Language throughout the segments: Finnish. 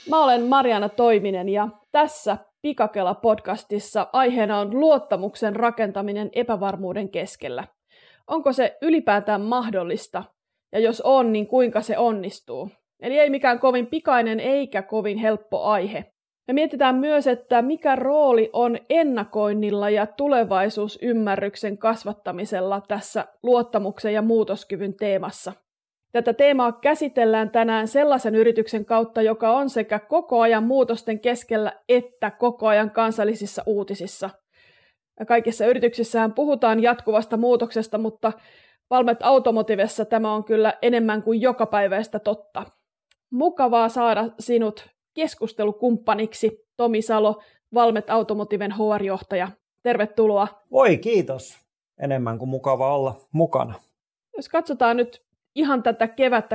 Mä olen Mariana Toiminen ja tässä Pikakela-podcastissa aiheena on luottamuksen rakentaminen epävarmuuden keskellä. Onko se ylipäätään mahdollista? Ja jos on, niin kuinka se onnistuu? Eli ei mikään kovin pikainen eikä kovin helppo aihe. Me mietitään myös, että mikä rooli on ennakoinnilla ja tulevaisuusymmärryksen kasvattamisella tässä luottamuksen ja muutoskyvyn teemassa. Tätä teemaa käsitellään tänään sellaisen yrityksen kautta, joka on sekä koko ajan muutosten keskellä että koko ajan kansallisissa uutisissa. Ja kaikissa yrityksissähän puhutaan jatkuvasta muutoksesta, mutta Valmet Automotivessa tämä on kyllä enemmän kuin jokapäiväistä totta. Mukavaa saada sinut keskustelukumppaniksi, Tomi Salo, Valmet Automotiven HR-johtaja. Tervetuloa. Voi kiitos. Enemmän kuin mukava olla mukana. Jos katsotaan nyt ihan tätä kevättä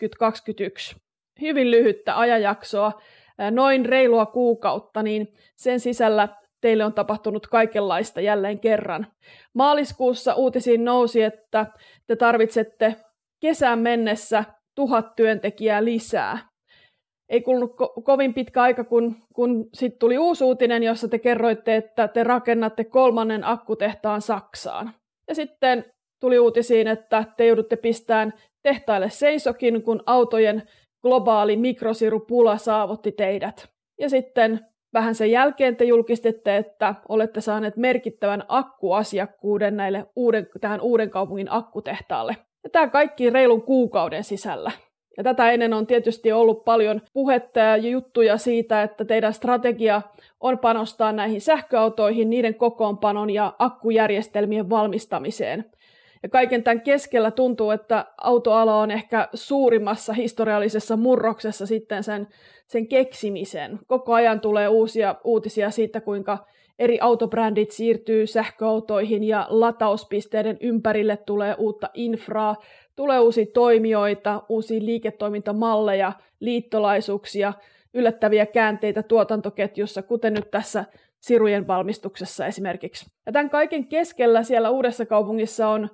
2021, hyvin lyhyttä ajanjaksoa, noin reilua kuukautta, niin sen sisällä teille on tapahtunut kaikenlaista jälleen kerran. Maaliskuussa uutisiin nousi, että te tarvitsette kesään mennessä 1000 työntekijää lisää. Ei kulunut kovin pitkä aika, kun sitten tuli uusi uutinen, jossa te kerroitte, että te rakennatte 3. akkutehtaan Saksaan. Ja sitten tuli uutisiin, että te joudutte pistämään tehtaille seisokin, kun autojen globaali mikrosirupula saavutti teidät. Ja sitten vähän sen jälkeen te julkistitte, että olette saaneet merkittävän akkuasiakkuuden tähän Uudenkaupungin akkutehtaalle. Ja tämä kaikki reilun kuukauden sisällä. Ja tätä ennen on tietysti ollut paljon puhetta ja juttuja siitä, että teidän strategia on panostaa näihin sähköautoihin, niiden kokoonpanon ja akkujärjestelmien valmistamiseen. Ja kaiken tämän keskellä tuntuu, että autoala on ehkä suurimmassa historiallisessa murroksessa sitten sen keksimisen. Koko ajan tulee uusia uutisia siitä, kuinka eri autobrändit siirtyy sähköautoihin ja latauspisteiden ympärille tulee uutta infraa, tulee uusia toimijoita, uusia liiketoimintamalleja, liittolaisuuksia, yllättäviä käänteitä tuotantoketjussa, kuten nyt tässä sirujen valmistuksessa esimerkiksi. Ja tämän kaiken keskellä siellä Uudessa kaupungissa on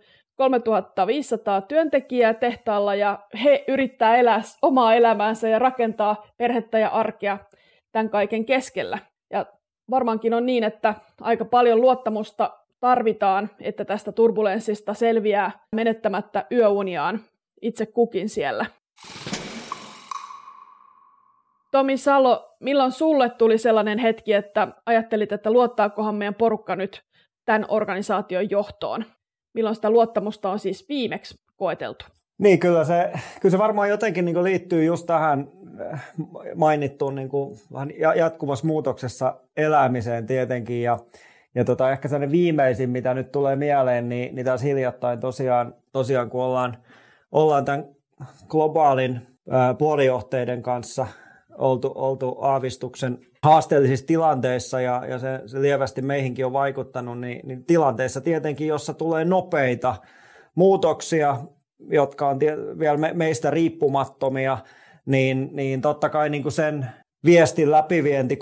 3500 työntekijää tehtaalla ja he yrittää elää omaa elämäänsä ja rakentaa perhettä ja arkea tämän kaiken keskellä. Ja varmaankin on niin, että aika paljon luottamusta tarvitaan, että tästä turbulenssista selviää menettämättä yöuniaan itse kukin siellä. Tomi Salo, milloin sulle tuli sellainen hetki, että ajattelit, että luottaakohan meidän porukka nyt tämän organisaation johtoon? Milloin sitä luottamusta on siis viimeksi koeteltu? Niin, kyllä se varmaan jotenkin niin kuin liittyy just tähän mainittuun niin kuin jatkuvassa muutoksessa elämiseen tietenkin. Ja ehkä sellainen viimeisin, mitä nyt tulee mieleen, niin tässä hiljattain tosiaan kun ollaan tämän globaalin puolijohteiden kanssa oltu aavistuksen haasteellisissa tilanteissa ja se lievästi meihinkin on vaikuttanut, niin tilanteessa tietenkin, jossa tulee nopeita muutoksia, jotka on vielä meistä riippumattomia, niin totta kai niin kuin sen viestin läpivienti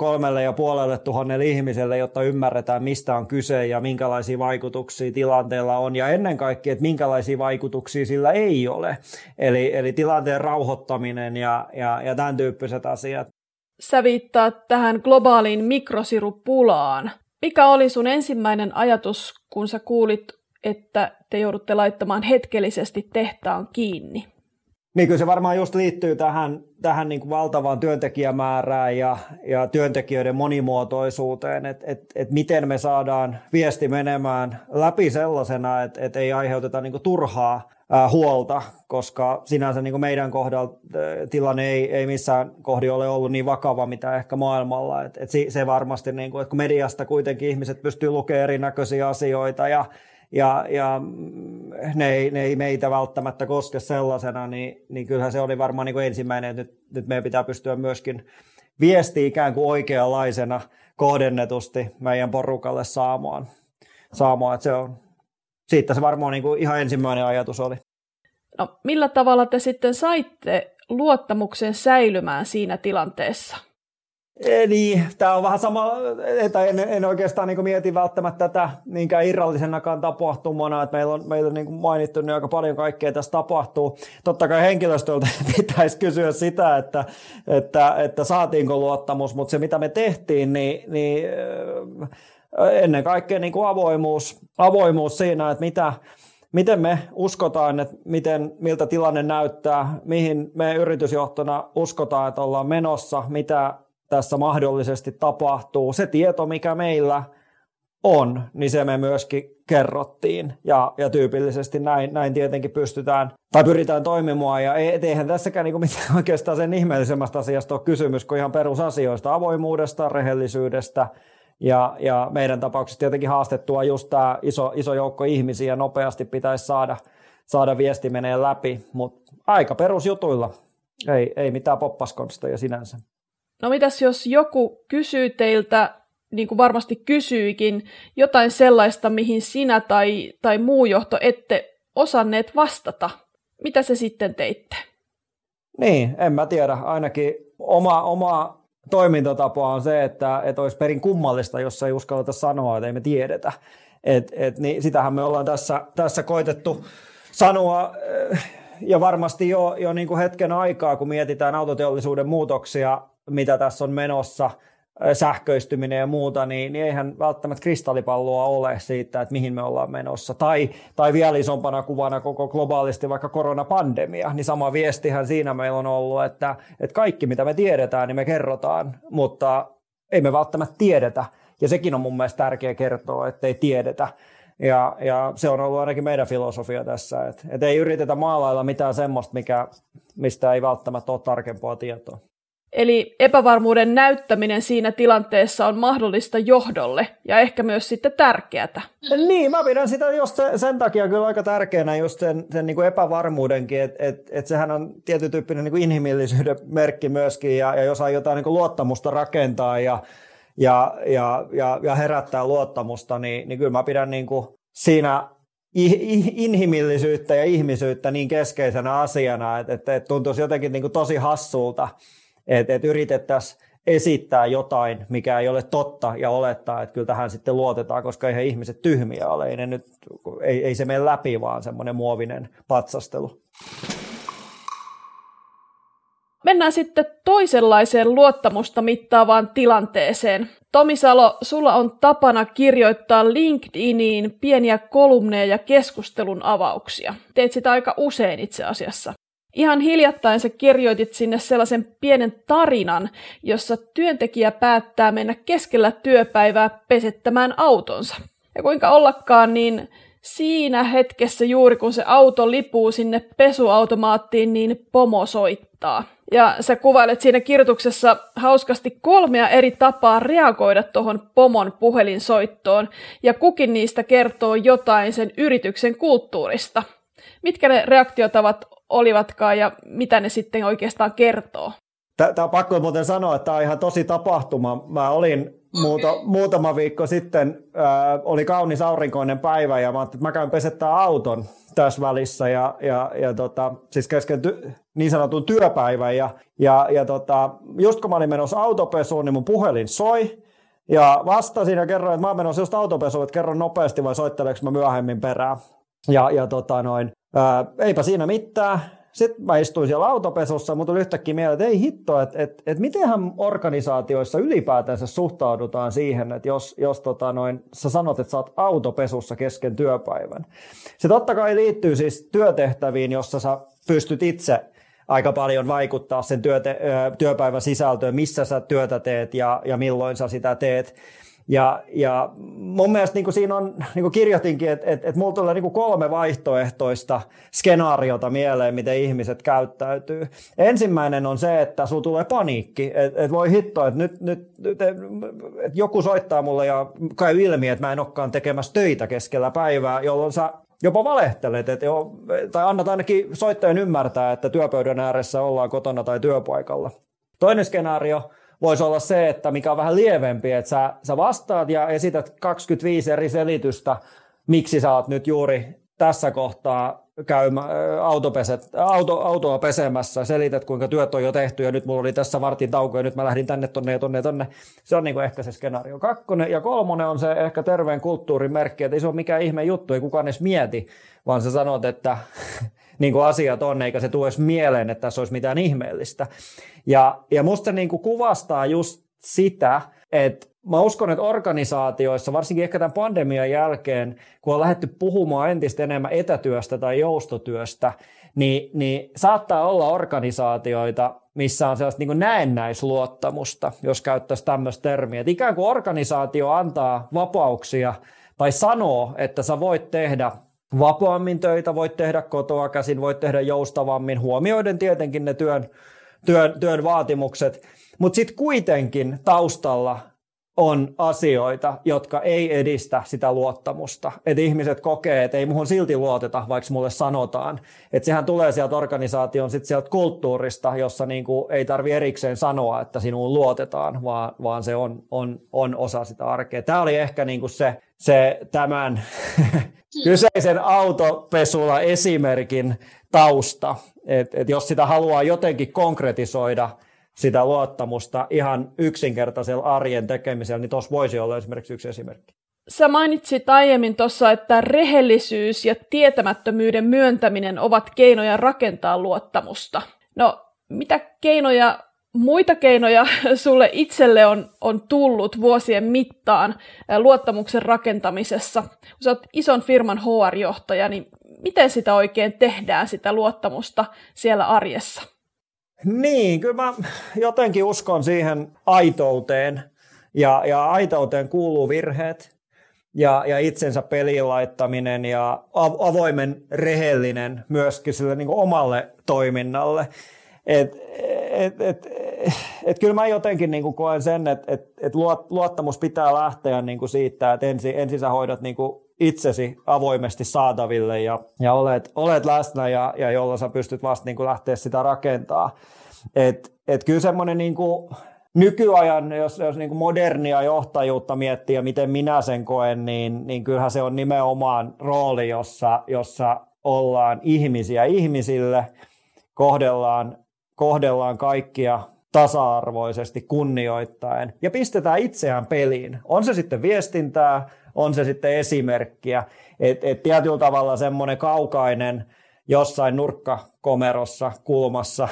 3,500 ihmiselle, jotta ymmärretään, mistä on kyse ja minkälaisia vaikutuksia tilanteella on ja ennen kaikkea, että minkälaisia vaikutuksia sillä ei ole. Eli tilanteen rauhoittaminen ja tämän tyyppiset asiat. Sä viittaat tähän globaaliin mikrosirupulaan. Mikä oli sun ensimmäinen ajatus, kun sä kuulit, että te joudutte laittamaan hetkellisesti tehtaan kiinni? Niin kyllä se varmaan just liittyy tähän niin kuin valtavaan työntekijämäärään ja työntekijöiden monimuotoisuuteen, että miten me saadaan viesti menemään läpi sellaisena, että ei aiheuteta niin kuin turhaa huolta, koska sinänsä niin kuin meidän kohdalla tilanne ei missään kohdin ole ollut niin vakava, mitä ehkä maailmalla. Et se varmasti, niin kuin, että kun mediasta kuitenkin ihmiset pystyy lukemaan erinäköisiä asioita ja ne ei meitä välttämättä koske sellaisena, niin kyllähän se oli varmaan niin kuin ensimmäinen, että nyt meidän pitää pystyä myöskin viestiä ikään kuin oikeanlaisena kohdennetusti meidän porukalle saamaan. Että siitä se varmaan niin kuin ihan ensimmäinen ajatus oli. No, millä tavalla te sitten saitte luottamuksen säilymään siinä tilanteessa? Niin, tämä on vähän sama, että en oikeastaan niin mieti välttämättä tätä niinkään irrallisenakaan tapahtumana, että meillä on niin kuin mainittu, niin aika paljon kaikkea tässä tapahtuu. Totta kai henkilöstöltä pitäisi kysyä sitä, että saatiinko luottamus, mutta se mitä me tehtiin, niin ennen kaikkea niin kuin avoimuus siinä, että miten me uskotaan, että miltä tilanne näyttää, mihin me yritysjohtona uskotaan, että ollaan menossa, mitä tässä mahdollisesti tapahtuu. Se tieto, mikä meillä on, niin se me myöskin kerrottiin. Ja tyypillisesti näin tietenkin pyritään toimimaan. Ja eihän tässäkään niin mitään oikeastaan sen ihmeellisemmästä asiasta ole kysymys kuin ihan perusasioista, avoimuudesta, rehellisyydestä. Ja meidän tapauksessa tietenkin haastettua just tämä iso joukko ihmisiä nopeasti pitäisi saada viesti menee läpi, mutta aika perusjutuilla, ei mitään poppaskonsteja sinänsä. No mitäs jos joku kysyy teiltä, niin kuin varmasti kysyikin, jotain sellaista, mihin sinä tai muu johto ette osanneet vastata? Mitä se sitten teitte? Niin, en mä tiedä. Ainakin oma toimintatapa on se, että olisi perin kummallista, jos ei uskalleta sanoa, että ei me tiedetä. Niin sitähän me ollaan tässä koitettu sanoa, ja varmasti jo niin kuin hetken aikaa, kun mietitään autoteollisuuden muutoksia, mitä tässä on menossa, sähköistyminen ja muuta, niin eihän välttämättä kristallipalloa ole siitä, että mihin me ollaan menossa. Tai vielä isompana kuvana koko globaalisti vaikka koronapandemia, niin sama viestihän siinä meillä on ollut, että kaikki mitä me tiedetään, niin me kerrotaan, mutta ei me välttämättä tiedetä. Ja sekin on mun mielestä tärkeä kertoa, että ei tiedetä. Ja se on ollut ainakin meidän filosofia tässä, että ei yritetä maalailla mitään semmoista, mistä ei välttämättä ole tarkempaa tietoa. Eli epävarmuuden näyttäminen siinä tilanteessa on mahdollista johdolle ja ehkä myös sitten tärkeätä. Niin, mä pidän sitä just sen takia kyllä aika tärkeänä just sen niin kuin epävarmuudenkin, että sehän on tietyn tyyppinen niin kuin inhimillisyyden merkki myöskin ja jos jotain niin kuin luottamusta rakentaa ja herättää luottamusta, niin kyllä mä pidän niin kuin siinä inhimillisyyttä ja ihmisyyttä niin keskeisenä asiana, että tuntuisi jotenkin niin kuin tosi hassulta, että yritettäisiin esittää jotain, mikä ei ole totta ja olettaa, että kyllä tähän sitten luotetaan, koska eihän ihmiset tyhmiä ole. Ei se mene läpi, vaan semmoinen muovinen patsastelu. Mennään sitten toisenlaiseen luottamusta mittaavaan tilanteeseen. Tomi Salo, sulla on tapana kirjoittaa LinkedIniin pieniä kolumneja ja keskustelun avauksia. Teet sitä aika usein itse asiassa. Ihan hiljattain sä kirjoitit sinne sellaisen pienen tarinan, jossa työntekijä päättää mennä keskellä työpäivää pesettämään autonsa. Ja kuinka ollakaan, niin siinä hetkessä juuri kun se auto lipuu sinne pesuautomaattiin, niin pomo soittaa. Ja sä kuvailet siinä kirjoituksessa hauskasti 3 eri tapaa reagoida tuohon pomon puhelinsoittoon, ja kukin niistä kertoo jotain sen yrityksen kulttuurista. Mitkä ne reaktiotavat olivatkaan ja mitä ne sitten oikeastaan kertoo? Tämä on pakko muuten sanoa, että tämä on ihan tosi tapahtuma. Mä olin muutama viikko sitten, oli kaunis aurinkoinen päivä ja mä ajattelin, että mä käyn pesettää auton tässä välissä siis kesken niin sanotun työpäivän. Just kun mä olin menossa autopesuun, niin mun puhelin soi ja vastasin ja kerroin, että mä oon menossa just autopesuun, että kerron nopeasti vai soitteleeko mä myöhemmin perään. Eipä siinä mitään. Sitten mä istuin siellä autopesussa, mutta tuli yhtäkkiä mieleen, että ei hitto, että mitenhän organisaatioissa ylipäätänsä suhtaudutaan siihen, että jos sä sanot, että sä oot autopesussa kesken työpäivän. Se totta kai liittyy siis työtehtäviin, jossa sä pystyt itse aika paljon vaikuttaa sen työpäivän sisältöön, missä sä työtä teet ja milloin sä sitä teet. Ja mun mielestä niin kuin siinä on, niin kuin kirjoitinkin, että mulla tulee niin kuin 3 vaihtoehtoista skenaariota mieleen, miten ihmiset käyttäytyy. Ensimmäinen on se, että sulla tulee paniikki, että voi hitto, että nyt joku soittaa mulle ja käy ilmi, että mä en olekaan tekemässä töitä keskellä päivää, jolloin sä jopa valehtelet, tai annat ainakin soittajan ymmärtää, että työpöydän ääressä ollaan kotona tai työpaikalla. Toinen skenaario voisi olla se, että mikä on vähän lievempi, että sä vastaat ja esität 25 eri selitystä, miksi sä oot nyt juuri tässä kohtaa autoa pesemässä, selität kuinka työt on jo tehty ja nyt mulla oli tässä vartin tauko ja nyt mä lähdin tänne, tonne ja tonne ja tonne. Se on niin kuin ehkä se skenaario 2 ja 3 on se ehkä terveen kulttuurin merkki, että ei se ole mikään ihme juttu, ei kukaan edes mieti, vaan sä sanot, että niin kuin asiat on, eikä se tule edes mieleen, että tässä olisi mitään ihmeellistä. Ja musta niin kuin kuvastaa just sitä, että mä uskon, että organisaatioissa, varsinkin ehkä tämän pandemian jälkeen, kun on lähdetty puhumaan entistä enemmän etätyöstä tai joustotyöstä, niin saattaa olla organisaatioita, missä on sellaista niin kuin näennäisluottamusta, jos käyttäisi tämmöistä termiä. Että ikään kuin organisaatio antaa vapauksia tai sanoo, että sä voit tehdä vapaammin töitä, voit tehdä kotoa käsin, voit tehdä joustavammin, huomioiden tietenkin ne työn vaatimukset, mutta sitten kuitenkin taustalla on asioita, jotka ei edistä sitä luottamusta. Että ihmiset kokee, että ei muhun silti luoteta, vaikka mulle sanotaan. Että sehän tulee sieltä organisaation sit sieltä kulttuurista, jossa niinku ei tarvitse erikseen sanoa, että sinuun luotetaan, vaan se on osa sitä arkea. Tämä oli ehkä niinku se tämän kyseisen autopesula esimerkin tausta. Et jos sitä haluaa jotenkin konkretisoida, sitä luottamusta ihan yksinkertaisella arjen tekemisellä, niin tuossa voisi olla esimerkiksi yksi esimerkki. Sä mainitsit aiemmin tuossa, että rehellisyys ja tietämättömyyden myöntäminen ovat keinoja rakentaa luottamusta. No, mitä muita keinoja sulle itselle on tullut vuosien mittaan luottamuksen rakentamisessa? Kun sä oot ison firman HR-johtaja, niin miten sitä oikein tehdään, sitä luottamusta siellä arjessa? Niin, kyllä mä jotenkin uskon siihen aitouteen, ja aitouteen kuuluu virheet, ja itsensä peliin laittaminen, ja avoimen rehellinen myöskin sille niin kuin omalle toiminnalle. Et kyllä mä jotenkin niin kuin koen sen, että luottamus pitää lähteä niin kuin siitä, että ensin sä hoidat niin kuin itsesi avoimesti saataville ja olet läsnä ja jolla sä pystyt vasta niin kuin lähteä sitä rakentaa. Et kyllä semmoinen niin kuin nykyajan, jos niin kuin modernia johtajuutta miettii ja miten minä sen koen, niin kyllähän se on nimenomaan rooli, jossa ollaan ihmisiä ihmisille, kohdellaan kaikkia tasa-arvoisesti, kunnioittaen ja pistetään itseään peliin. On se sitten viestintää, on se sitten esimerkkiä, että tietyllä tavalla semmoinen kaukainen jossain nurkkakomerossa kulmassa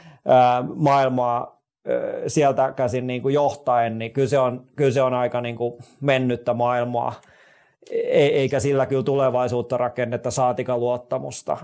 maailmaa sieltä käsin niin kuin johtaen, niin kyllä se on aika niin kuin mennyttä maailmaa, eikä sillä kyllä tulevaisuutta rakennetta saatika luottamusta.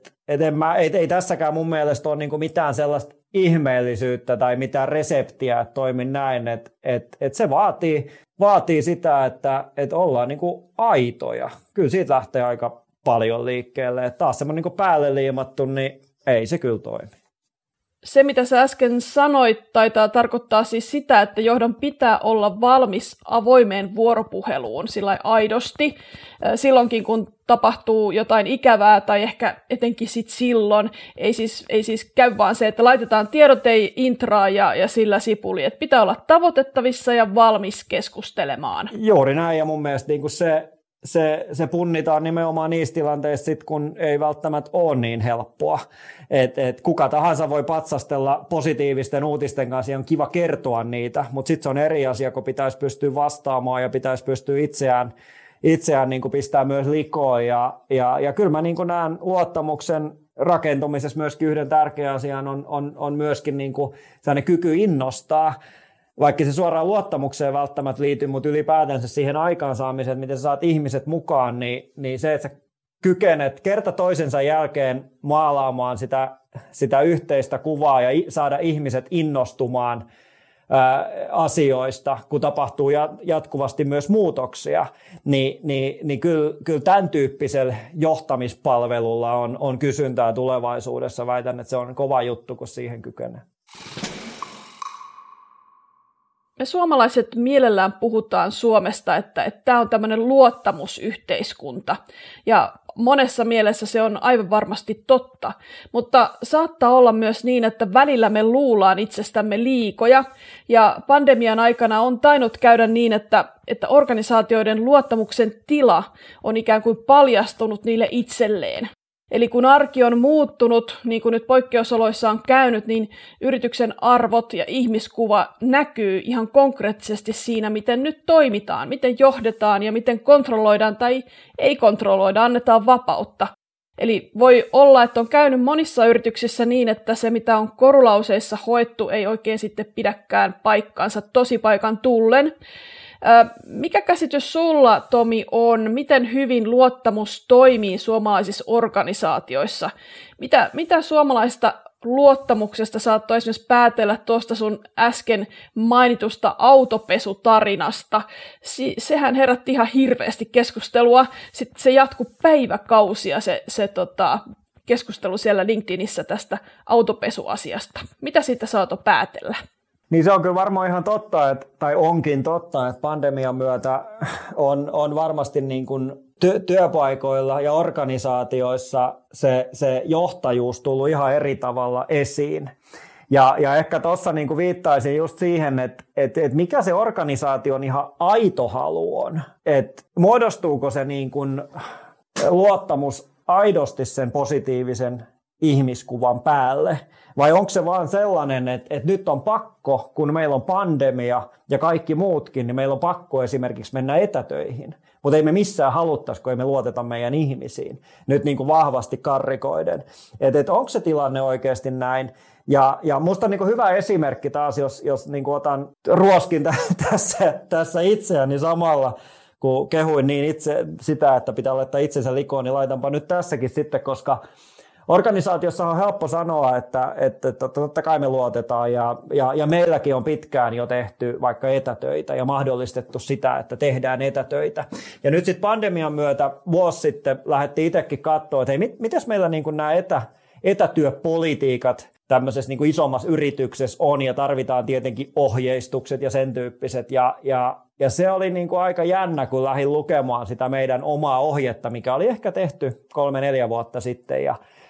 Ei tässäkään mun mielestä ole niin kuin mitään sellaista ihmeellisyyttä tai mitään reseptiä, että toimin näin, että se vaatii sitä, että ollaan niin kuin aitoja. Kyllä siitä lähtee aika paljon liikkeelle. Että taas semmoinen niin kuin päälle liimattu, niin ei se kyllä toimi. Se, mitä sä äsken sanoit, taitaa tarkoittaa siis sitä, että johdon pitää olla valmis avoimeen vuoropuheluun sillä aidosti. Silloinkin, kun tapahtuu jotain ikävää tai ehkä etenkin sit silloin, ei siis käy vaan se, että laitetaan intraa ja sillä sipuli. Että pitää olla tavoitettavissa ja valmis keskustelemaan. Juuri näin, ja mun mielestä niin kuin se punnitaan nimenomaan niissä tilanteissa, kun ei välttämättä ole niin helppoa. Et kuka tahansa voi patsastella positiivisten uutisten kanssa ja on kiva kertoa niitä, mutta sitten se on eri asia, kun pitäisi pystyä vastaamaan ja pitäisi pystyä itseään niin kuin pistää myös likoon. Ja kyllä mä niin kuin näen luottamuksen rakentumisessa myöskin yhden tärkeän asian on myöskin niin kuin sellainen kyky innostaa, vaikka se suoraan luottamukseen välttämättä liity, mutta ylipäätänsä siihen aikaansaamiseen, miten sä saat ihmiset mukaan, niin se, että sä kykenet kerta toisensa jälkeen maalaamaan sitä yhteistä kuvaa ja saada ihmiset innostumaan asioista, kun tapahtuu jatkuvasti myös muutoksia, niin kyllä tämän tyyppisellä johtamispalvelulla on kysyntää tulevaisuudessa. Väitän, että se on kova juttu, kun siihen kykenee. Me suomalaiset mielellään puhutaan Suomesta, että tämä on tämmöinen luottamusyhteiskunta, ja monessa mielessä se on aivan varmasti totta, mutta saattaa olla myös niin, että välillä me luullaan itsestämme liikoja, ja pandemian aikana on tainnut käydä niin, että organisaatioiden luottamuksen tila on ikään kuin paljastunut niille itselleen. Eli kun arki on muuttunut, niin kuin nyt poikkeusoloissa on käynyt, niin yrityksen arvot ja ihmiskuva näkyy ihan konkreettisesti siinä, miten nyt toimitaan, miten johdetaan ja miten kontrolloidaan tai ei kontrolloida, annetaan vapautta. Eli voi olla, että on käynyt monissa yrityksissä niin, että se mitä on korulauseissa hoettu ei oikein sitten pidäkään paikkaansa tosipaikan tullen. Mikä käsitys sulla, Tomi, on, miten hyvin luottamus toimii suomalaisissa organisaatioissa? Mitä suomalaista luottamuksesta saattoi esimerkiksi päätellä tuosta sun äsken mainitusta autopesutarinasta? Sehän herätti ihan hirveästi keskustelua. Sitten se jatkui päiväkausia se keskustelu siellä LinkedInissä tästä autopesuasiasta. Mitä siitä saattoi päätellä? Niin se on kyllä varmaan ihan totta, tai onkin totta, että pandemian myötä on varmasti niin kuin työpaikoilla ja organisaatioissa se johtajuus tullut ihan eri tavalla esiin. Ja ehkä tuossa niin kuin viittaisin just siihen, että mikä se organisaation ihan aito halu on. Että muodostuuko se niin kuin luottamus aidosti sen positiivisen ihmiskuvan päälle, vai onko se vaan sellainen, että nyt on pakko, kun meillä on pandemia ja kaikki muutkin, niin meillä on pakko esimerkiksi mennä etätöihin. Mutta ei me missään haluttaisi, kun ei me luoteta meidän ihmisiin. Nyt niin kuin vahvasti karrikoiden. Että onko se tilanne oikeasti näin? Ja musta on niin kuin hyvä esimerkki taas, jos niin kuin ruoskin tässä itseäni samalla, kun kehuin niin itse sitä, että pitää laittaa itsensä likoon, niin laitanpa nyt tässäkin sitten, koska organisaatiossa on helppo sanoa, että totta kai me luotetaan ja meilläkin on pitkään jo tehty vaikka etätöitä ja mahdollistettu sitä, että tehdään etätöitä. Ja nyt sitten pandemian myötä vuosi sitten lähdettiin itsekin katsoa, että hei, mitäs meillä niin kuin nämä etätyöpolitiikat tämmöisessä niin kuin isommassa yrityksessä on ja tarvitaan tietenkin ohjeistukset ja sen tyyppiset. Ja se oli niin kuin aika jännä, kun lähdin lukemaan sitä meidän omaa ohjetta, mikä oli ehkä tehty 3-4 vuotta sitten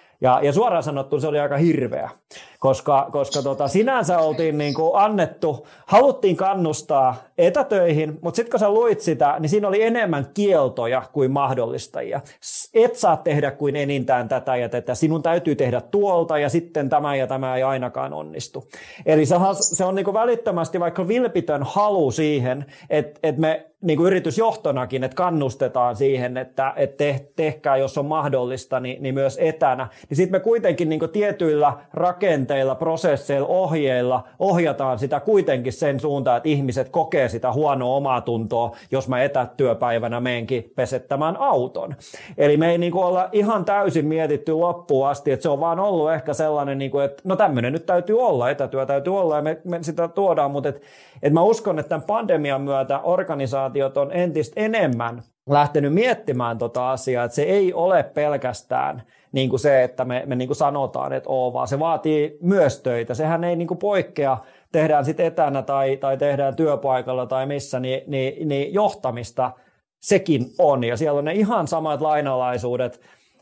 ja suoraan sanottu se oli aika hirveä, koska sinänsä oltiin niin kuin haluttiin kannustaa etätöihin, mutta sitten kun sä luit sitä, niin siinä oli enemmän kieltoja kuin mahdollistajia. Et saa tehdä kuin enintään tätä ja tätä, sinun täytyy tehdä tuolta ja sitten tämä ja tämä ei ainakaan onnistu. Eli se on niin kuin välittömästi vaikka vilpitön halu siihen, että me niin kuin yritysjohtonakin, että kannustetaan siihen, että tehkää, jos on mahdollista, niin myös etänä. Niin sitten me kuitenkin niin kuin tietyillä rakenteilla, prosesseilla, ohjeilla ohjataan sitä kuitenkin sen suuntaan, että ihmiset kokee sitä huonoa omaa tuntoa, jos mä etätyöpäivänä meenkin pesettämään auton. Eli me ei niin kuin olla ihan täysin mietitty loppuun asti, että se on vaan ollut ehkä sellainen, niin kuin, että no tämmöinen nyt täytyy olla, etätyö täytyy olla ja me sitä tuodaan, mutta että mä uskon, että tämän pandemian myötä organisaatiot on entistä enemmän lähtenyt miettimään tota asiaa, että se ei ole pelkästään niin kuin se, että me niin kuin sanotaan, että vaan se vaatii myös töitä. Sehän ei niin kuin poikkea, tehdään sitten etänä tai tehdään työpaikalla tai missä, niin johtamista sekin on. Ja siellä on ne ihan samat lainalaisuudet,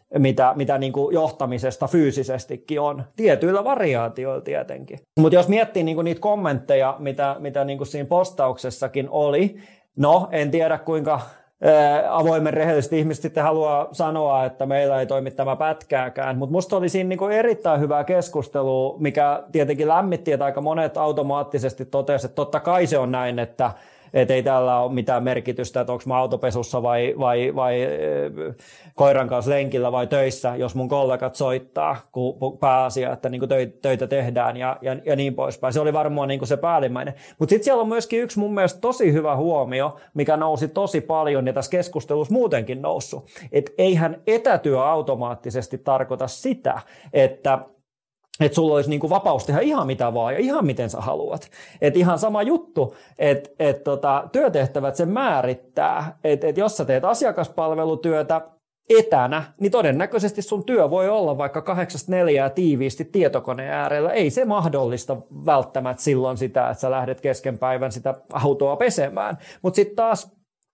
mitä niin kuin johtamisesta fyysisestikin on, tietyillä variaatioilla tietenkin. Mutta jos miettii niin kuin niitä kommentteja, mitä niin kuin siinä postauksessakin oli, no en tiedä kuinka avoimen rehellisesti ihmiset sitten haluaa sanoa, että meillä ei toimi tämä pätkääkään, mutta musta oli siinä niin kuin erittäin hyvää keskustelua, mikä tietenkin lämmitti, että aika monet automaattisesti totesivat, että totta kai se on näin, että ei tällä ole mitään merkitystä, että onko mä autopesussa vai koiran kanssa lenkillä vai töissä, jos mun kollegat soittaa, kun pääasia, että niin kuin töitä tehdään ja niin poispäin. Se oli varmaan niin kuin se päällimmäinen. Mutta sitten siellä on myöskin yksi mun mielestä tosi hyvä huomio, mikä nousi tosi paljon ja tässä keskustelussa muutenkin noussut. Että eihän etätyö automaattisesti tarkoita sitä, että sulla olisi niinku vapaus tehdä ihan mitä vaan ja ihan miten sä haluat. Et ihan sama juttu, että työtehtävät sen määrittää, että jos sä teet asiakaspalvelutyötä etänä, niin todennäköisesti sun työ voi olla vaikka 8-4 tiiviisti tietokoneen äärellä. Ei se mahdollista välttämättä silloin sitä, että sä lähdet kesken päivän sitä autoa pesemään. Mutta sitten taas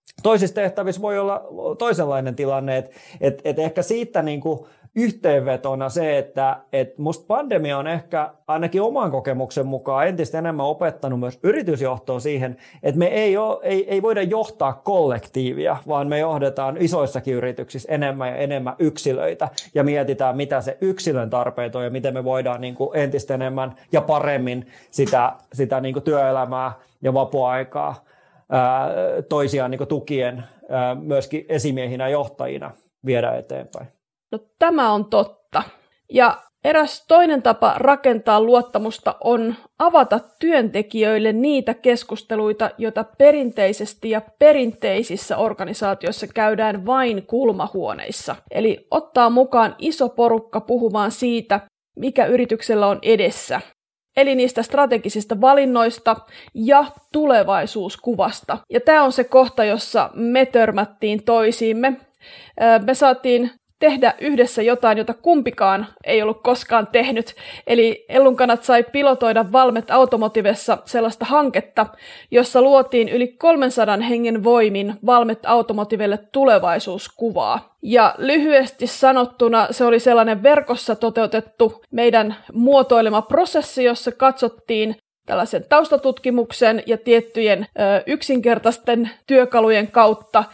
toisissa tehtävissä voi olla toisenlainen tilanne, että ehkä siitä niin kuin yhteenvetona se, että musta pandemia on ehkä ainakin oman kokemuksen mukaan entistä enemmän opettanut myös yritysjohtoa siihen, että me ei voida johtaa kollektiivia, vaan me johdetaan isoissakin yrityksissä enemmän ja enemmän yksilöitä ja mietitään, mitä se yksilön tarpeet on ja miten me voidaan niin kuin entistä enemmän ja paremmin sitä niin kuin työelämää ja vapaa-aikaa toisiaan niin kuin tukien myöskin esimiehinä ja johtajina viedä eteenpäin. No, tämä on totta. Ja eräs toinen tapa rakentaa luottamusta on avata työntekijöille niitä keskusteluita, joita perinteisesti ja perinteisissä organisaatioissa käydään vain kulmahuoneissa. Eli ottaa mukaan iso porukka puhumaan siitä, mikä yrityksellä on edessä. Eli niistä strategisista valinnoista ja tulevaisuuskuvasta. Ja tämä on se kohta, jossa me törmättiin toisiimme. Me saatiin tehdä yhdessä jotain, jota kumpikaan ei ollut koskaan tehnyt. Eli Ellunkanat sai pilotoida Valmet Automotivessa sellaista hanketta, jossa luotiin yli 300 hengen voimin Valmet Automotivelle tulevaisuuskuvaa. Ja lyhyesti sanottuna se oli sellainen verkossa toteutettu meidän muotoilema prosessi, jossa katsottiin tällaisen taustatutkimuksen ja tiettyjen yksinkertaisten työkalujen kautta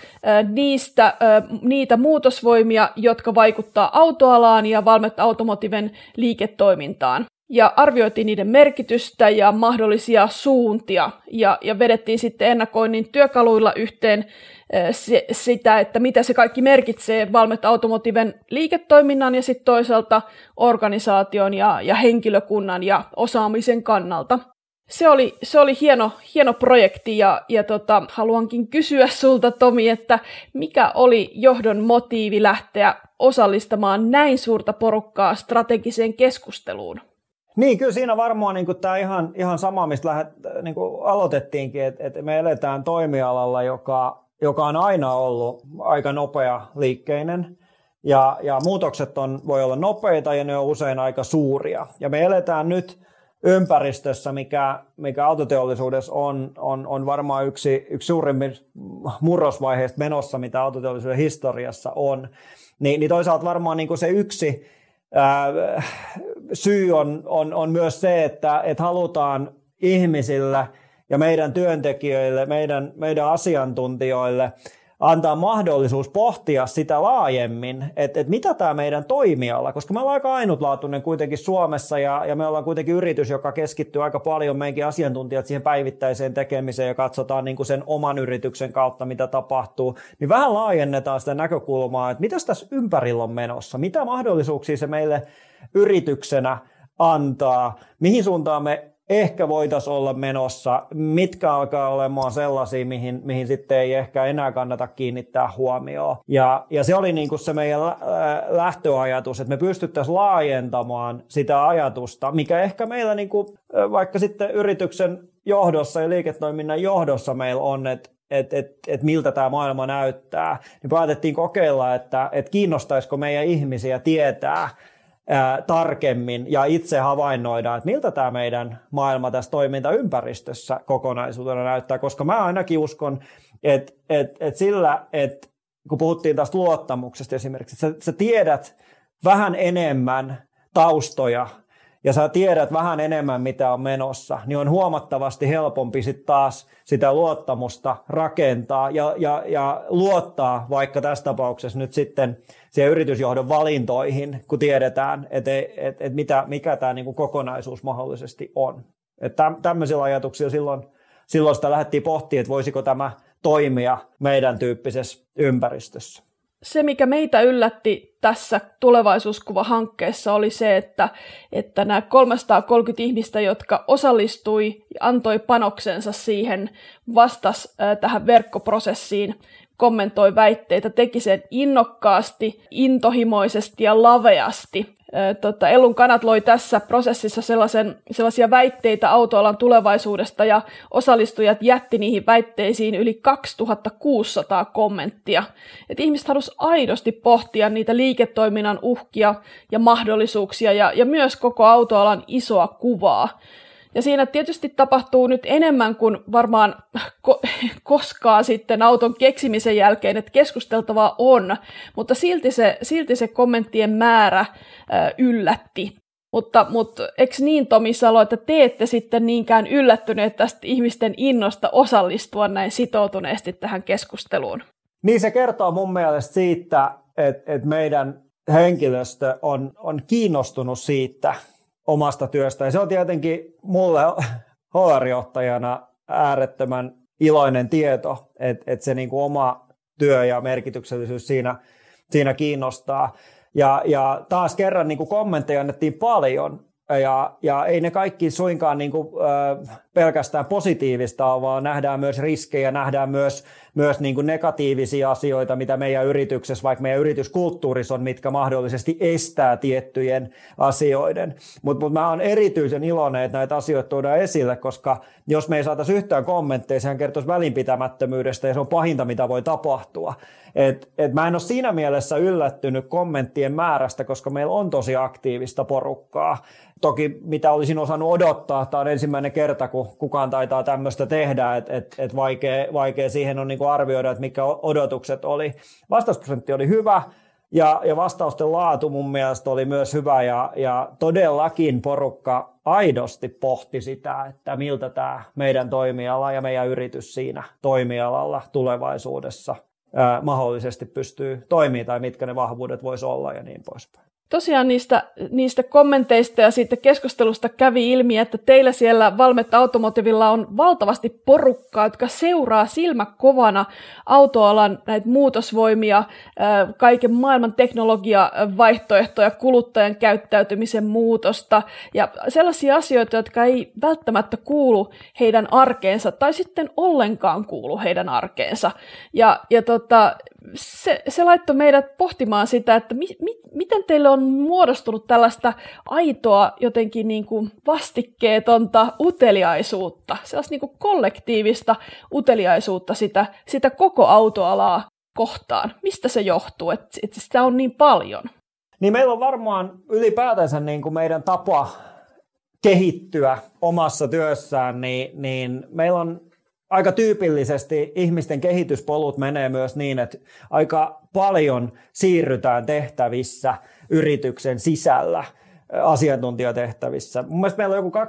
niitä muutosvoimia, jotka vaikuttaa autoalaan ja Valmet Automotiven liiketoimintaan. Ja arvioitiin niiden merkitystä ja mahdollisia suuntia ja vedettiin sitten ennakoinnin työkaluilla yhteen sitä, että mitä se kaikki merkitsee Valmet Automotiven liiketoiminnan ja sitten toisaalta organisaation ja henkilökunnan ja osaamisen kannalta. Se oli hieno projekti ja haluankin kysyä sulta, Tomi, että mikä oli johdon motiivi lähteä osallistamaan näin suurta porukkaa strategiseen keskusteluun? Niin, kyllä siinä varmaan niin tämä ihan sama, mistä niin aloitettiinkin, että me eletään toimialalla, joka on aina ollut aika nopea liikkeinen ja muutokset voi olla nopeita ja ne on usein aika suuria. Ja me eletään nyt ympäristössä, mikä autoteollisuudessa on varmaan yksi suurimmista murrosvaiheista menossa, mitä autoteollisuuden historiassa on. Niin toisaalta varmaan niin kuin se yksi syy on myös se, että halutaan ihmisille ja meidän työntekijöille, meidän asiantuntijoille antaa mahdollisuus pohtia sitä laajemmin, että mitä tämä meidän toimiala, koska me ollaan aika ainutlaatuinen kuitenkin Suomessa ja me ollaan kuitenkin yritys, joka keskittyy aika paljon meidänkin asiantuntijat siihen päivittäiseen tekemiseen ja katsotaan niin kuin sen oman yrityksen kautta, mitä tapahtuu, niin vähän laajennetaan sitä näkökulmaa, että mitäs tässä ympärillä on menossa, mitä mahdollisuuksia se meille yrityksenä antaa, mihin suuntaan me ehkä voitaisiin olla menossa, mitkä alkaa olemaan sellaisia, mihin sitten ei ehkä enää kannata kiinnittää huomioon. Ja se oli niin kuin se meidän lähtöajatus, että me pystyttäisiin laajentamaan sitä ajatusta, mikä ehkä meillä niin kuin, vaikka sitten yrityksen johdossa ja liiketoiminnan johdossa meillä on, että miltä tämä maailma näyttää. Niin päätettiin kokeilla, että kiinnostaisiko meidän ihmisiä tietää tarkemmin ja itse havainnoida, että miltä tämä meidän maailma tässä toimintaympäristössä kokonaisuutena näyttää, koska mä ainakin uskon, että sillä, että kun puhuttiin tästä luottamuksesta esimerkiksi, että sä tiedät vähän enemmän taustoja ja sä tiedät vähän enemmän, mitä on menossa, niin on huomattavasti helpompi sitten taas sitä luottamusta rakentaa ja luottaa vaikka tässä tapauksessa nyt sitten siihen yritysjohdon valintoihin, kun tiedetään, että mikä tämä niinku kokonaisuus mahdollisesti on. Että tämmöisillä ajatuksilla silloin sitä lähdettiin pohtimaan, että voisiko tämä toimia meidän tyyppisessä ympäristössä. Se, mikä meitä yllätti tässä tulevaisuuskuva-hankkeessa, oli se, että nämä 330 ihmistä, jotka osallistui ja antoi panoksensa siihen, vastasi tähän verkkoprosessiin, kommentoi väitteitä, teki sen innokkaasti, intohimoisesti ja laveasti. Ellunkanat loi tässä prosessissa sellaisia väitteitä autoalan tulevaisuudesta ja osallistujat jätti niihin väitteisiin yli 2600 kommenttia. Et ihmiset halusivat aidosti pohtia niitä liiketoiminnan uhkia ja mahdollisuuksia ja myös koko autoalan isoa kuvaa. Ja siinä tietysti tapahtuu nyt enemmän kuin varmaan koskaan sitten auton keksimisen jälkeen, että keskusteltavaa on, mutta silti se kommenttien määrä yllätti. Mutta eikö niin, Tomi Salo, että te ette sitten niinkään yllättyneet tästä ihmisten innosta osallistua näin sitoutuneesti tähän keskusteluun? Niin se kertoo mun mielestä siitä, että meidän henkilöstö on kiinnostunut siitä omasta työstä. Ja se on tietenkin mulle HR-johtajana äärettömän iloinen tieto, että se niin kuin oma työ ja merkityksellisyys siinä kiinnostaa. Ja taas kerran niin kuin kommentteja annettiin paljon, ja ei ne kaikki suinkaan niin kuin, pelkästään positiivista, vaan nähdään myös riskejä, nähdään myös niin kuin negatiivisia asioita, mitä meidän yrityksessä, vaikka meidän yrityskulttuurissa on, mitkä mahdollisesti estää tiettyjen asioiden. Mutta mä oon erityisen iloinen, että näitä asioita tuodaan esille, koska jos me ei saataisi yhtään kommentteja, sehän kertoisi välinpitämättömyydestä, ja se on pahinta, mitä voi tapahtua. Et mä en ole siinä mielessä yllättynyt kommenttien määrästä, koska meillä on tosi aktiivista porukkaa. Toki mitä olisin osannut odottaa, tämä on ensimmäinen kerta, kun kukaan taitaa tämmöistä tehdä, että vaikea siihen on niin kuin arvioida, että mitkä odotukset oli. Vastausprosentti oli hyvä ja vastausten laatu mun mielestä oli myös hyvä ja todellakin porukka aidosti pohti sitä, että miltä tämä meidän toimiala ja meidän yritys siinä toimialalla tulevaisuudessa mahdollisesti pystyy toimimaan tai mitkä ne vahvuudet voisi olla ja niin poispäin. Tosiaan niistä kommenteista ja siitä keskustelusta kävi ilmi, että teillä siellä Valmet Automotivilla on valtavasti porukkaa, jotka seuraa silmäkovana autoalan näitä muutosvoimia, kaiken maailman teknologiavaihtoehtoja, kuluttajan käyttäytymisen muutosta ja sellaisia asioita, jotka ei välttämättä kuulu heidän arkeensa tai sitten ollenkaan kuulu heidän arkeensa. Se laittoi meidät pohtimaan sitä, että miten teille on muodostunut tällaista aitoa, jotenkin niin kuin vastikkeetonta uteliaisuutta, sellaista niin kuin kollektiivista uteliaisuutta sitä koko autoalaa kohtaan. Mistä se johtuu, että sitä on niin paljon? Niin meillä on varmaan ylipäätänsä niin kuin meidän tapa kehittyä omassa työssään, niin meillä on aika tyypillisesti ihmisten kehityspolut menee myös niin, että aika paljon siirrytään tehtävissä yrityksen sisällä asiantuntijatehtävissä. Mun mielestä meillä on joku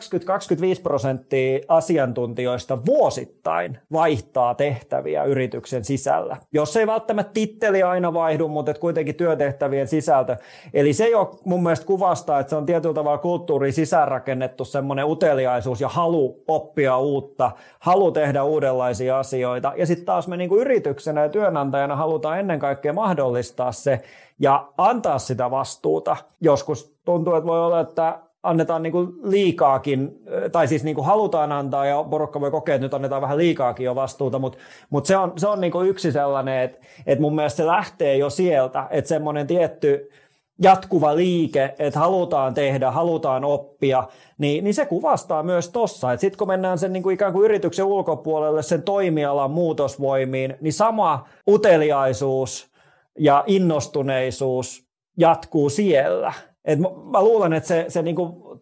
20-25% asiantuntijoista vuosittain vaihtaa tehtäviä yrityksen sisällä. Jos ei välttämättä titteli aina vaihdu, mutta kuitenkin työtehtävien sisältö. Eli se jo mun mielestä kuvastaa, että se on tietyllä tavalla kulttuuriin sisäänrakennettu semmoinen uteliaisuus ja halu oppia uutta, halu tehdä uudenlaisia asioita. Ja sitten taas me niin kuin yrityksenä ja työnantajana halutaan ennen kaikkea mahdollistaa se ja antaa sitä vastuuta. Joskus tuntuu, että voi olla, että annetaan niin kuin liikaakin, tai siis niin kuin halutaan antaa, ja porukka voi kokea, että nyt annetaan vähän liikaakin jo vastuuta, mutta se on niin kuin yksi sellainen, että mun mielestä se lähtee jo sieltä, että semmoinen tietty jatkuva liike, että halutaan tehdä, halutaan oppia, niin se kuvastaa myös tossa, että sitten kun mennään sen niin kuin ikään kuin yrityksen ulkopuolelle, sen toimialan muutosvoimiin, niin sama uteliaisuus ja innostuneisuus jatkuu siellä. Et mä luulen, että se niinku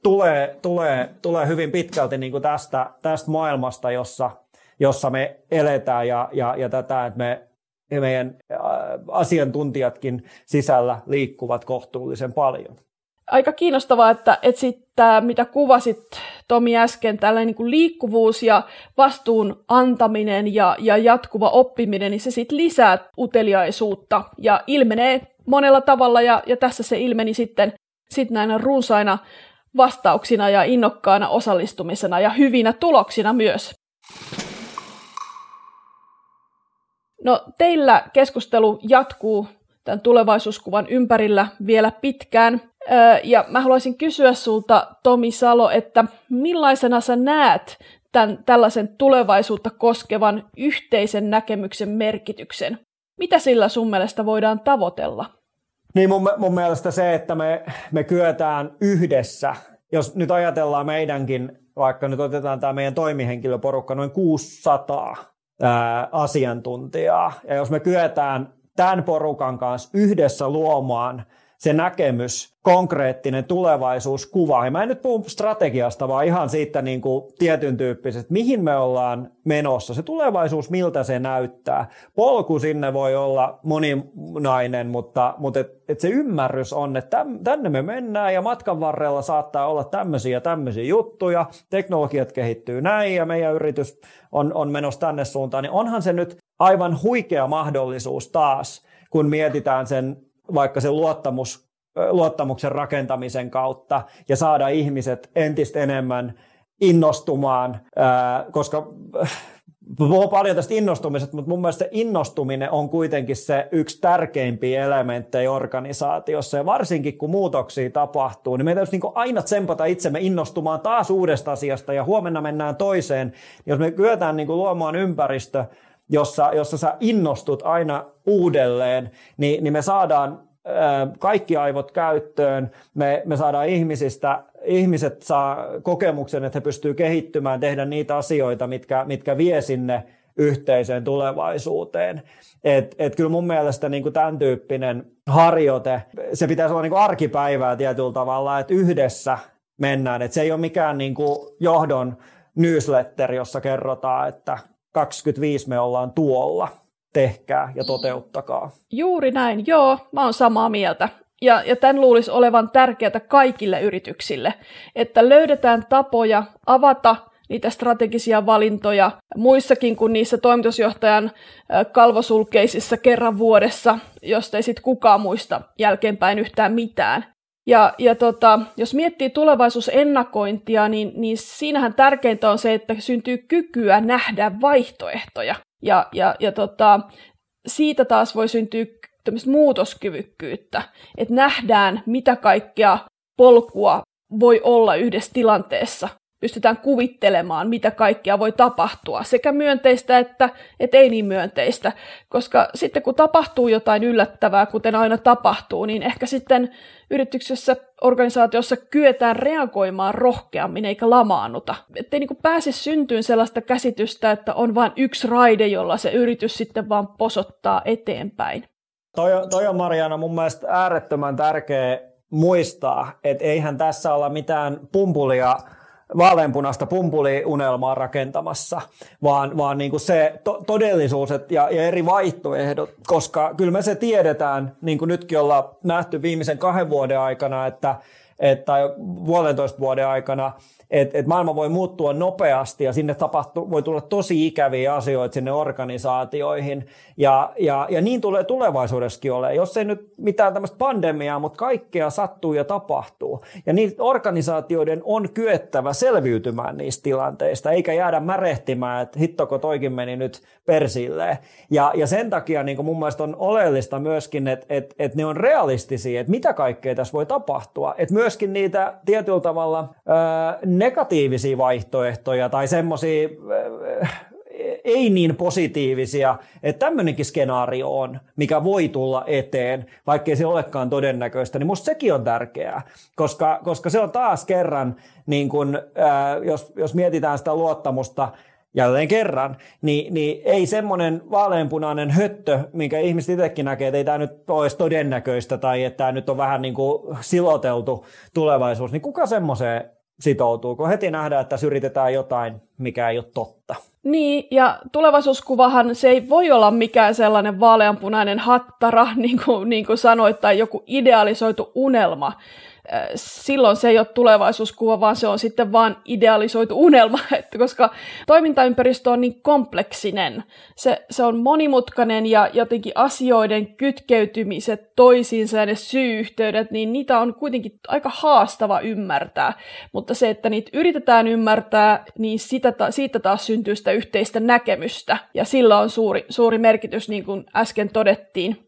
tulee hyvin pitkälti niinku tästä maailmasta, jossa me eletään ja tätä, että meidän asiantuntijatkin sisällä liikkuvat kohtuullisen paljon. Aika kiinnostavaa, että sitten mitä kuvasit Tomi äsken, tällainen niin kuin liikkuvuus ja vastuun antaminen ja jatkuva oppiminen, niin se sitten lisää uteliaisuutta ja ilmenee monella tavalla ja tässä se ilmeni sitten näinä runsaina vastauksina ja innokkaana osallistumisena ja hyvinä tuloksina myös. No teillä keskustelu jatkuu tämän tulevaisuuskuvan ympärillä vielä pitkään. Ja mä haluaisin kysyä sulta, Tomi Salo, että millaisena sä näet tällaisen tulevaisuutta koskevan yhteisen näkemyksen merkityksen? Mitä sillä sun mielestä voidaan tavoitella? Niin mun mielestä se, että me kyetään yhdessä, jos nyt ajatellaan meidänkin, vaikka nyt otetaan tämä meidän toimihenkilöporukka, noin 600 asiantuntijaa, ja jos me kyetään tämän porukan kanssa yhdessä luomaan se näkemys, konkreettinen tulevaisuuskuva. Ja mä en nyt puhu strategiasta, vaan ihan siitä niin kuin tietyn tyyppisestä, mihin me ollaan menossa. Se tulevaisuus, miltä se näyttää. Polku sinne voi olla moninainen, mutta et se ymmärrys on, että tänne me mennään ja matkan varrella saattaa olla tämmöisiä juttuja. Teknologiat kehittyy näin ja meidän yritys on menossa tänne suuntaan. Niin onhan se nyt aivan huikea mahdollisuus taas, kun mietitään vaikka sen luottamuksen rakentamisen kautta ja saada ihmiset entistä enemmän innostumaan, koska puhun paljon tästä innostumisesta, mutta mun mielestä se innostuminen on kuitenkin se yksi tärkeimpiä elementtejä organisaatiossa, ja varsinkin kun muutoksia tapahtuu, niin meidän täytyy niin aina tsempata itsemme innostumaan taas uudesta asiasta, ja huomenna mennään toiseen. Jos me kyetään niin luomaan ympäristö, jossa sä innostut aina uudelleen, niin me saadaan kaikki aivot käyttöön, me saadaan ihmiset saa kokemuksen, että he pystyy kehittymään, tehdä niitä asioita, mitkä vie sinne yhteiseen tulevaisuuteen. Et kyllä mun mielestä niin kuin tämän tyyppinen harjoite, se pitäisi olla niin kuin arkipäivää tietyllä tavalla, että yhdessä mennään. Et se ei ole mikään niin kuin johdon newsletter, jossa kerrotaan, että 25 me ollaan tuolla. Tehkää ja toteuttakaa. Juuri näin, joo, mä oon samaa mieltä. Ja tämän luulisi olevan tärkeää kaikille yrityksille, että löydetään tapoja avata niitä strategisia valintoja muissakin kuin niissä toimitusjohtajan kalvosulkeisissa kerran vuodessa, josta ei sitten kukaan muista jälkeenpäin yhtään mitään. Ja jos miettii tulevaisuusennakointia, niin siinähän tärkeintä on se, että syntyy kykyä nähdä vaihtoehtoja. Ja siitä taas voi syntyä tämmöistä muutoskyvykkyyttä, että nähdään, mitä kaikkea polkua voi olla yhdessä tilanteessa. Pystytään kuvittelemaan, mitä kaikkea voi tapahtua, sekä myönteistä että ei niin myönteistä. Koska sitten kun tapahtuu jotain yllättävää, kuten aina tapahtuu, niin ehkä sitten yrityksessä, organisaatiossa kyetään reagoimaan rohkeammin eikä lamaannuta. Ettei niin kuin pääse syntyyn sellaista käsitystä, että on vain yksi raide, jolla se yritys sitten vaan posottaa eteenpäin. Toi on, Mariana, mun mielestä äärettömän tärkeä muistaa, että eihän tässä olla mitään vaaleanpunaista pumpuliunelmaa rakentamassa, vaan niin kuin se todellisuus ja eri vaihtoehdot, koska kyllä me se tiedetään, niin kuin nytkin ollaan nähty viimeisen 2 vuoden aikana, tai 1,5 vuoden aikana, että maailma voi muuttua nopeasti ja sinne voi tulla tosi ikäviä asioita sinne organisaatioihin ja niin tulee tulevaisuudessakin olemaan. Jos ei nyt mitään tämmöistä pandemiaa, mutta kaikkea sattuu ja tapahtuu. Ja niin organisaatioiden on kyettävä selviytymään niistä tilanteista, eikä jäädä märehtimään, että hittoko toikin meni nyt persilleen. Ja sen takia niin mun mielestä on oleellista myöskin, että ne on realistisia, että mitä kaikkea tässä voi tapahtua. Että myöskin niitä tietyllä tavalla negatiivisia vaihtoehtoja tai semmoisia ei niin positiivisia, että tämmöinenkin skenaario on, mikä voi tulla eteen, vaikkei se olekaan todennäköistä, niin musta sekin on tärkeää, koska se on taas kerran, niin kun, jos mietitään sitä luottamusta jälleen kerran, niin ei semmoinen vaaleanpunainen höttö, minkä ihmiset itsekin näkee, että ei tämä nyt ole todennäköistä tai että tämä nyt on vähän niin kuin siloteltu tulevaisuus, niin kuka semmoiseen sitoutuu, kun heti nähdään, että tässä yritetään jotain, mikä ei ole totta. Niin, ja tulevaisuuskuvahan se ei voi olla mikään sellainen vaaleanpunainen hattara, niin kuin sanoit, tai joku idealisoitu unelma. Silloin se ei ole tulevaisuuskuva, vaan se on sitten vaan idealisoitu unelma, koska toimintaympäristö on niin kompleksinen. Se on monimutkainen ja jotenkin asioiden kytkeytymiset toisiinsa ja ne syy-yhteydet, niin niitä on kuitenkin aika haastava ymmärtää. Mutta se, että niitä yritetään ymmärtää, niin siitä taas syntyy sitä yhteistä näkemystä. Ja sillä on suuri merkitys, niin kuin äsken todettiin.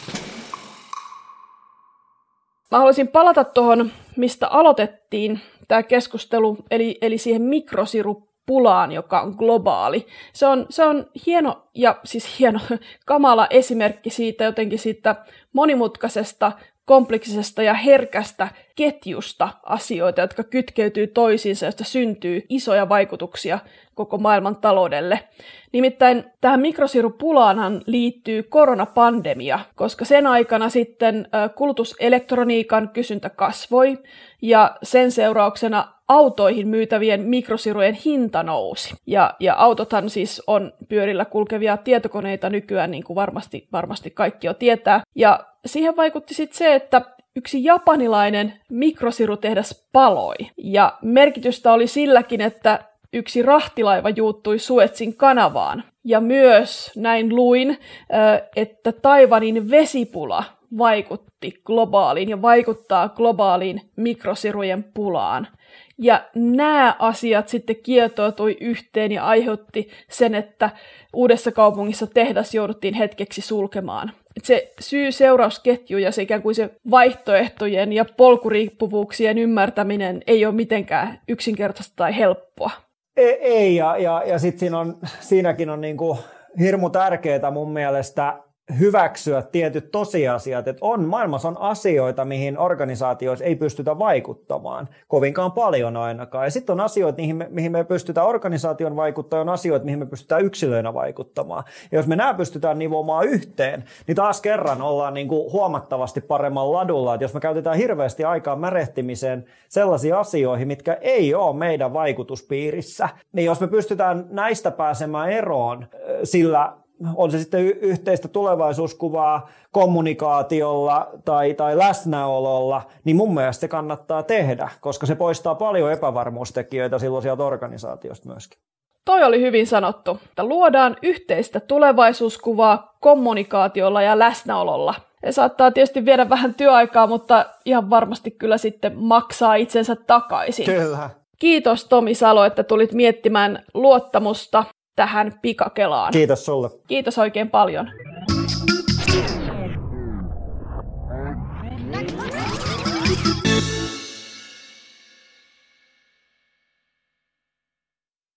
Mä haluaisin palata tuohon, mistä aloitettiin tämä keskustelu, eli siihen mikrosirupulaan, joka on globaali. Se on hieno kamala esimerkki siitä jotenkin siitä monimutkaisesta, kompleksisesta ja herkästä ketjusta asioita, jotka kytkeytyy toisiinsa, josta syntyy isoja vaikutuksia koko maailman taloudelle. Nimittäin tähän mikrosirupulaanhan liittyy koronapandemia, koska sen aikana sitten kulutuselektroniikan kysyntä kasvoi ja sen seurauksena autoihin myytävien mikrosirujen hinta nousi. Ja autothan siis on pyörillä kulkevia tietokoneita nykyään, niin kuin varmasti kaikki jo tietää. Ja siihen vaikutti sitten se, että yksi japanilainen mikrosirutehdas paloi. Ja merkitystä oli silläkin, että yksi rahtilaiva juuttui Suezin kanavaan. Ja myös näin luin, että Taiwanin vesipula vaikutti globaaliin ja vaikuttaa globaaliin mikrosirujen pulaan. Ja nämä asiat sitten kietoutui yhteen ja aiheutti sen, että Uudessakaupungissa tehdas jouduttiin hetkeksi sulkemaan. Et se syy-seurausketju ja se ikään kuin se vaihtoehtojen ja polkuriippuvuuksien ymmärtäminen ei ole mitenkään yksinkertaista tai helppoa. Ei, ja sitten siinäkin on niinku hirmu tärkeää mun mielestä hyväksyä tietyt tosiasiat, että maailmassa on asioita, mihin organisaatioissa ei pystytä vaikuttamaan kovinkaan paljon ainakaan. Ja sitten on asioita, mihin me pystytään organisaation vaikuttamaan, on asioita, mihin me pystytään yksilöinä vaikuttamaan. Ja jos me nämä pystytään nivomaan yhteen, niin taas kerran ollaan niinku huomattavasti paremmalla ladulla. Että jos me käytetään hirveästi aikaa märehtimiseen sellaisiin asioihin, mitkä ei ole meidän vaikutuspiirissä, niin jos me pystytään näistä pääsemään eroon sillä on se sitten yhteistä tulevaisuuskuvaa kommunikaatiolla tai läsnäololla, niin mun mielestä se kannattaa tehdä, koska se poistaa paljon epävarmuustekijöitä silloin sieltä organisaatiosta myöskin. Toi oli hyvin sanottu, että luodaan yhteistä tulevaisuuskuvaa kommunikaatiolla ja läsnäololla. Se saattaa tietysti viedä vähän työaikaa, mutta ihan varmasti kyllä sitten maksaa itsensä takaisin. Kyllä. Kiitos Tomi Salo, että tulit miettimään luottamusta tähän pikakelaan. Kiitos sulle. Kiitos oikein paljon.